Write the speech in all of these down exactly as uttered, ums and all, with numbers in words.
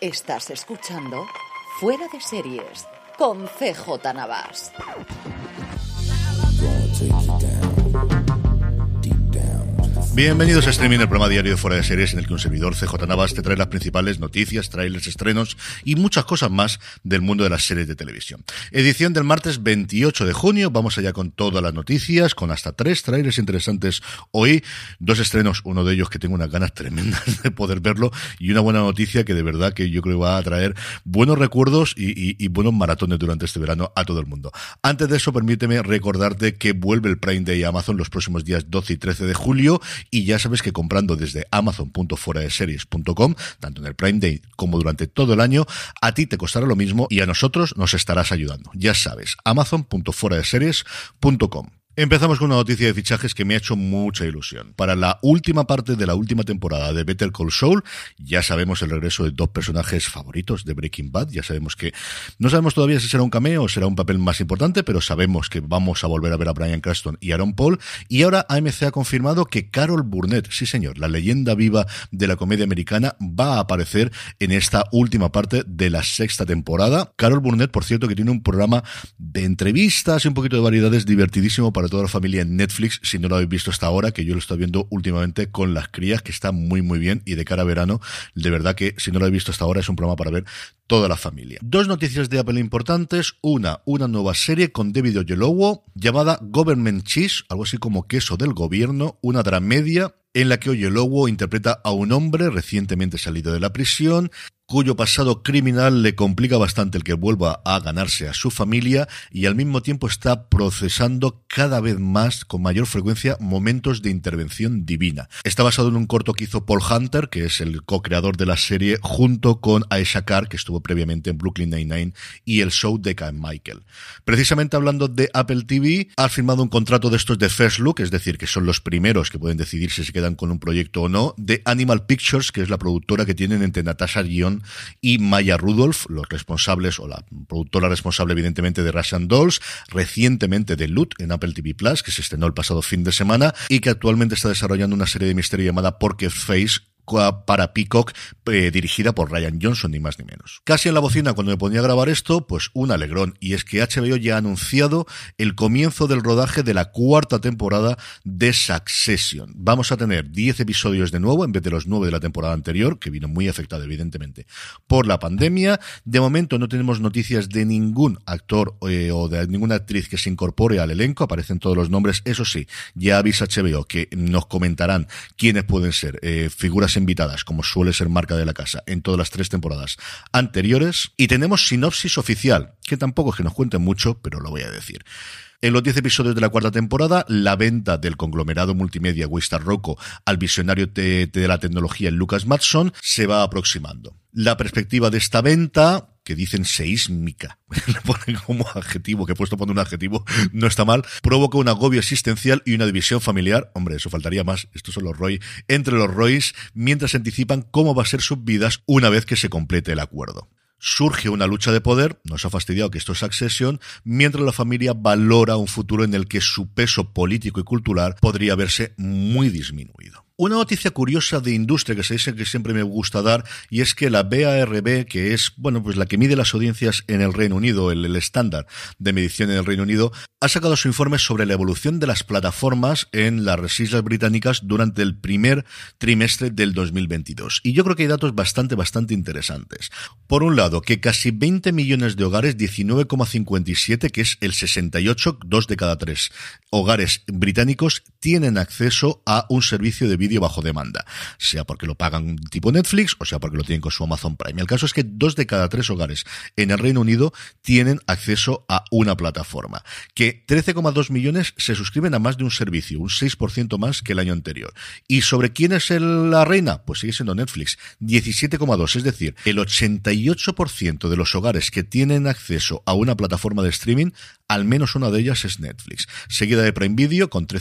Estás escuchando Fuera de Series con C J Navas. Bienvenidos a Streaming, el programa diario de Fuera de Series en el que un servidor, C J Navas, te trae las principales noticias, trailers, estrenos y muchas cosas más del mundo de las series de televisión. Edición del martes veintiocho de junio, vamos allá con todas las noticias, con hasta tres trailers interesantes hoy, dos estrenos, uno de ellos que tengo unas ganas tremendas de poder verlo, y una buena noticia que de verdad que yo creo que va a traer buenos recuerdos y, y, y buenos maratones durante este verano a todo el mundo. Antes de eso, permíteme recordarte que vuelve el Prime Day a Amazon los próximos días doce y trece de julio, y ya sabes que comprando desde amazon punto fuera de series punto com, tanto en el Prime Day como durante todo el año, a ti te costará lo mismo y a nosotros nos estarás ayudando. Ya sabes, amazon punto fuera de series punto com. Empezamos con una noticia de fichajes que me ha hecho mucha ilusión. Para la última parte de la última temporada de Better Call Saul, ya sabemos el regreso de dos personajes favoritos de Breaking Bad. Ya sabemos que no sabemos todavía si será un cameo o será un papel más importante, pero sabemos que vamos a volver a ver a Bryan Cranston y Aaron Paul. Y ahora A M C ha confirmado que Carol Burnett, sí señor, la leyenda viva de la comedia americana, va a aparecer en esta última parte de la sexta temporada. Carol Burnett, por cierto, que tiene un programa de entrevistas y un poquito de variedades divertidísimo para para toda la familia en Netflix, si no lo habéis visto hasta ahora, que yo lo estoy viendo últimamente con las crías, que está muy muy bien, y de cara a verano, de verdad que si no lo habéis visto hasta ahora es un programa para ver toda la familia. Dos noticias de Apple importantes, una, una nueva serie con David Oyelowo llamada Government Cheese, algo así como queso del gobierno, una dramedia en la que Oyelowo interpreta a un hombre recientemente salido de la prisión, cuyo pasado criminal le complica bastante el que vuelva a ganarse a su familia, y al mismo tiempo está procesando cada vez más, con mayor frecuencia, momentos de intervención divina. Está basado en un corto que hizo Paul Hunter, que es el co-creador de la serie, junto con Aisha Carr, que estuvo previamente en Brooklyn Nine-Nine y el show de Ken Michael. Precisamente hablando de Apple T V, ha firmado un contrato de estos de First Look, es decir, que son los primeros que pueden decidir si se quedan con un proyecto o no, de Animal Pictures, que es la productora que tienen entre Natasha Lyonne y Maya Rudolph, los responsables, o la productora responsable evidentemente de Russian Dolls, recientemente de Loot en Apple T V Plus, que se estrenó el pasado fin de semana, y que actualmente está desarrollando una serie de misterio llamada Poker Face, para Peacock, eh, dirigida por Ryan Johnson, ni más ni menos. Casi en la bocina cuando me ponía a grabar esto, pues un alegrón, y es que H B O ya ha anunciado el comienzo del rodaje de la cuarta temporada de Succession. Vamos a tener diez episodios de nuevo, en vez de los nueve de la temporada anterior, que vino muy afectado evidentemente por la pandemia. De momento no tenemos noticias de ningún actor eh, o de ninguna actriz que se incorpore al elenco, aparecen todos los nombres, eso sí, ya avisa H B O que nos comentarán quiénes pueden ser eh, figuras invitadas, como suele ser marca de la casa en todas las tres temporadas anteriores, y tenemos sinopsis oficial, que tampoco es que nos cuenten mucho, pero lo voy a decir. En los diez episodios de la cuarta temporada, la venta del conglomerado multimedia Wistar Rocco al visionario de, de la tecnología Lucas Matson se va aproximando. La perspectiva de esta venta, que dicen seísmica, le ponen como adjetivo, que he puesto poniendo un adjetivo, no está mal, provoca un agobio existencial y una división familiar, hombre, eso faltaría más, estos son los Roy, entre los Roys, mientras anticipan cómo va a ser sus vidas una vez que se complete el acuerdo. Surge una lucha de poder, nos ha fastidiado que esto es Succession, mientras la familia valora un futuro en el que su peso político y cultural podría verse muy disminuido. Una noticia curiosa de industria que se dice que siempre me gusta dar, y es que la B A R B, que es, bueno, pues la que mide las audiencias en el Reino Unido, el, el estándar de medición en el Reino Unido, ha sacado su informe sobre la evolución de las plataformas en las islas británicas durante el primer trimestre del dos mil veintidós. Y yo creo que hay datos bastante, bastante interesantes. Por un lado, que casi veinte millones de hogares, diecinueve coma cincuenta y siete, que es el sesenta y ocho, dos de cada tres hogares británicos, tienen acceso a un servicio de vídeo bajo demanda, sea porque lo pagan tipo Netflix o sea porque lo tienen con su Amazon Prime. El caso es que dos de cada tres hogares en el Reino Unido tienen acceso a una plataforma, que trece coma dos millones se suscriben a más de un servicio, un seis por ciento más que el año anterior. ¿Y sobre quién es el, la reina? Pues sigue siendo Netflix, diecisiete coma dos, es decir, el ochenta y ocho por ciento de los hogares que tienen acceso a una plataforma de streaming, al menos una de ellas es Netflix, seguida de Prime Video con trece coma treinta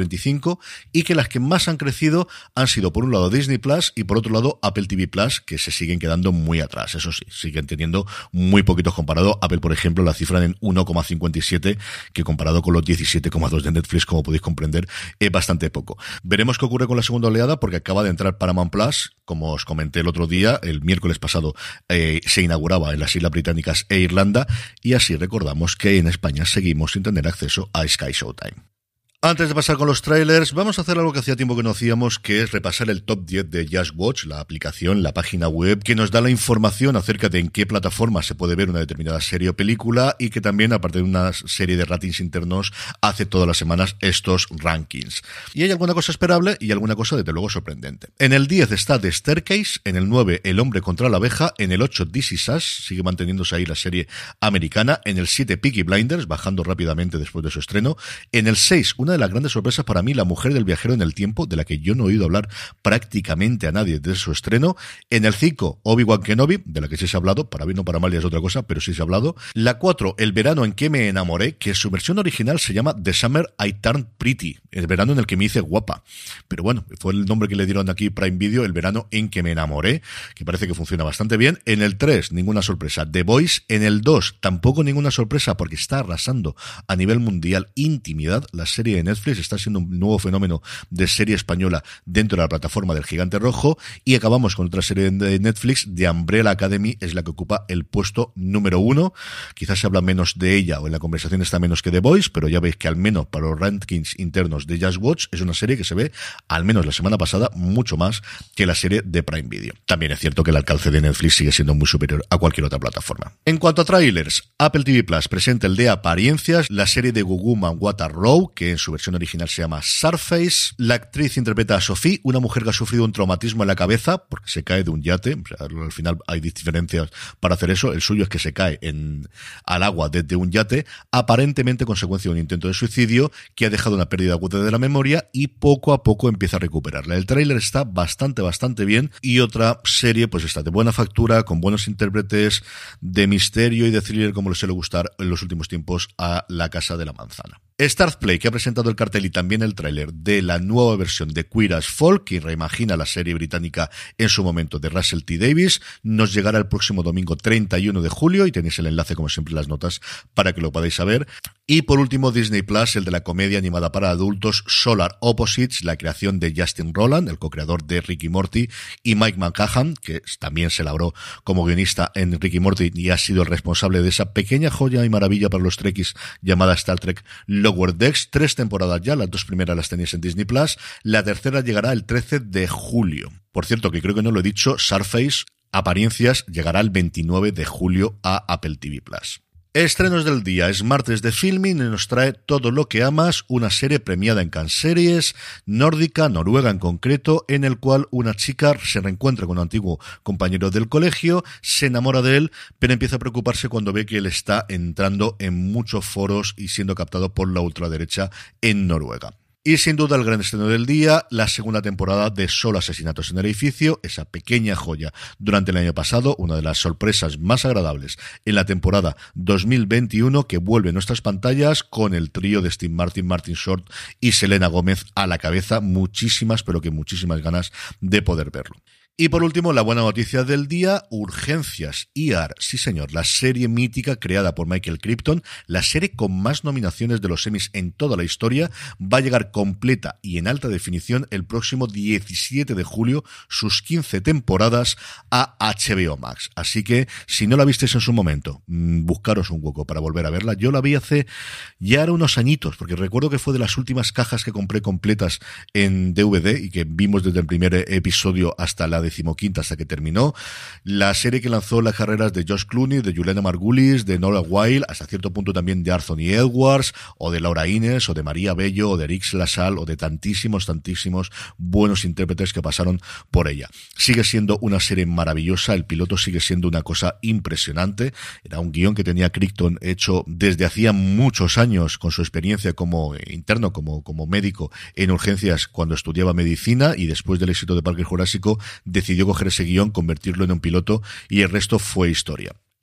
veinticinco, y que las que más han crecido han sido por un lado Disney Plus y por otro lado Apple T V Plus, que se siguen quedando muy atrás. Eso sí, siguen teniendo muy poquitos comparado. Apple, por ejemplo, la cifran en uno coma cincuenta y siete, que comparado con los diecisiete coma dos de Netflix, como podéis comprender, es bastante poco. Veremos qué ocurre con la segunda oleada, porque acaba de entrar Paramount Plus. Como os comenté el otro día, el miércoles pasado eh, se inauguraba en las Islas Británicas e Irlanda, y así recordamos que en España seguimos sin tener acceso a Sky Showtime. Antes de pasar con los trailers, vamos a hacer algo que hacía tiempo que no hacíamos, que es repasar el top diez de Just Watch, la aplicación, la página web, que nos da la información acerca de en qué plataforma se puede ver una determinada serie o película, y que también, aparte de una serie de ratings internos, hace todas las semanas estos rankings. Y hay alguna cosa esperable y alguna cosa, desde luego, sorprendente. En el diez está The Staircase, en el nueve El hombre contra la abeja, en el ocho This Is Us, sigue manteniéndose ahí la serie americana, en el siete Peaky Blinders, bajando rápidamente después de su estreno, en el seis, una de las grandes sorpresas para mí, La mujer del viajero en el tiempo, de la que yo no he oído hablar prácticamente a nadie desde su estreno. En el cinco, Obi-Wan Kenobi, de la que sí se ha hablado, para bien o para mal ya es otra cosa, pero sí se ha hablado. La cuatro, El verano en que me enamoré, que su versión original se llama The Summer I Turned Pretty, el verano en el que me hice guapa. Pero bueno, fue el nombre que le dieron aquí Prime Video, El verano en que me enamoré, que parece que funciona bastante bien. En el tres, ninguna sorpresa, The Voice. En el dos, tampoco ninguna sorpresa, porque está arrasando a nivel mundial Intimidad, la serie de Netflix. Está siendo un nuevo fenómeno de serie española dentro de la plataforma del Gigante Rojo. Y acabamos con otra serie de Netflix, The Umbrella Academy, es la que ocupa el puesto número uno. Quizás se habla menos de ella, o en la conversación está menos que The Voice, pero ya veis que al menos para los rankings internos de Just Watch es una serie que se ve, al menos la semana pasada, mucho más que la serie de Prime Video. También es cierto que el alcance de Netflix sigue siendo muy superior a cualquier otra plataforma. En cuanto a trailers, Apple T V Plus presenta el de Apariencias, la serie de Gugu Manwatar Rao, que en su versión original se llama Surface. La actriz interpreta a Sophie, una mujer que ha sufrido un traumatismo en la cabeza porque se cae de un yate. O sea, al final hay diferencias para hacer eso. El suyo es que se cae en, al agua desde un yate, aparentemente consecuencia de un intento de suicidio que ha dejado una pérdida aguda de la memoria, y poco a poco empieza a recuperarla. El tráiler está bastante, bastante bien, y otra serie pues está de buena factura, con buenos intérpretes, de misterio y de thriller, como les suele gustar en los últimos tiempos a La Casa de la Manzana. Start Play, que ha presentado el cartel y también el tráiler de la nueva versión de Queer as Folk, que reimagina la serie británica en su momento de Russell T Davies, nos llegará el próximo domingo treinta y uno de julio, y tenéis el enlace como siempre en las notas para que lo podáis saber. Y por último, Disney Plus, el de la comedia animada para adultos Solar Opposites, la creación de Justin Roiland, el co-creador de Rick y Morty, y Mike McCahan, que también se labró como guionista en Rick y Morty y ha sido el responsable de esa pequeña joya y maravilla para los trekkies llamada Star Trek Lower Decks. Tres temporadas ya, las dos primeras las tenéis en Disney Plus, la tercera llegará el trece de julio. Por cierto, que creo que no lo he dicho, Surface, Apariencias, llegará el veintinueve de julio a Apple T V Plus. Estrenos del día, es martes de Filmin y nos trae Todo lo que amas, una serie premiada en Cannes Series, nórdica, noruega en concreto, en el cual una chica se reencuentra con un antiguo compañero del colegio, se enamora de él, pero empieza a preocuparse cuando ve que él está entrando en muchos foros y siendo captado por la ultraderecha en Noruega. Y sin duda el gran estreno del día, la segunda temporada de Solo asesinatos en el edificio, esa pequeña joya durante el año pasado, una de las sorpresas más agradables en la temporada dos mil veintiuno, que vuelve a nuestras pantallas con el trío de Steve Martin, Martin Short y Selena Gómez a la cabeza. Muchísimas, pero que muchísimas ganas de poder verlo. Y por último, la buena noticia del día, Urgencias E R, sí señor, la serie mítica creada por Michael Crichton, la serie con más nominaciones de los Emmys en toda la historia, va a llegar completa y en alta definición el próximo diecisiete de julio, sus quince temporadas a H B O Max. Así que, si no la visteis en su momento, buscaros un hueco para volver a verla. Yo la vi hace ya unos añitos, porque recuerdo que fue de las últimas cajas que compré completas en D V D y que vimos desde el primer episodio hasta la decimoquinta, hasta que terminó. La serie que lanzó las carreras de Josh Clooney, de Juliana Margulis, de Nora Wilde, hasta cierto punto también de Anthony Edwards, o de Laura Innes, o de María Bello, o de Eric Lasal, o de tantísimos, tantísimos buenos intérpretes que pasaron por ella. Sigue siendo una serie maravillosa, el piloto sigue siendo una cosa impresionante. Era un guión que tenía Crichton hecho desde hacía muchos años con su experiencia como interno, como, como médico en urgencias cuando estudiaba medicina, y después del éxito de Parque Jurásico decidió coger ese guión, convertirlo en un piloto, y el resto fue historia.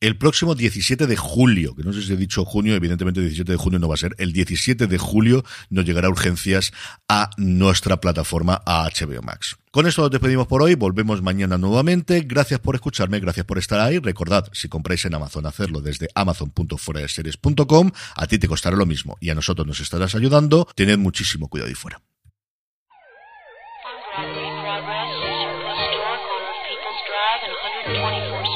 el próximo diecisiete de julio, que no sé si he dicho junio, evidentemente el diecisiete de junio no va a ser, el diecisiete de julio nos llegará Urgencias a nuestra plataforma, a H B O Max. Con esto nos despedimos por hoy, volvemos mañana nuevamente. Gracias por escucharme, gracias por estar ahí. Recordad, si compráis en Amazon, hacerlo desde amazon punto fuera de series punto com. A ti te costará lo mismo y a nosotros nos estarás ayudando. Tened muchísimo cuidado ahí fuera. Broadway Progress, Surplus Store, corner of People's Drive and one twenty-four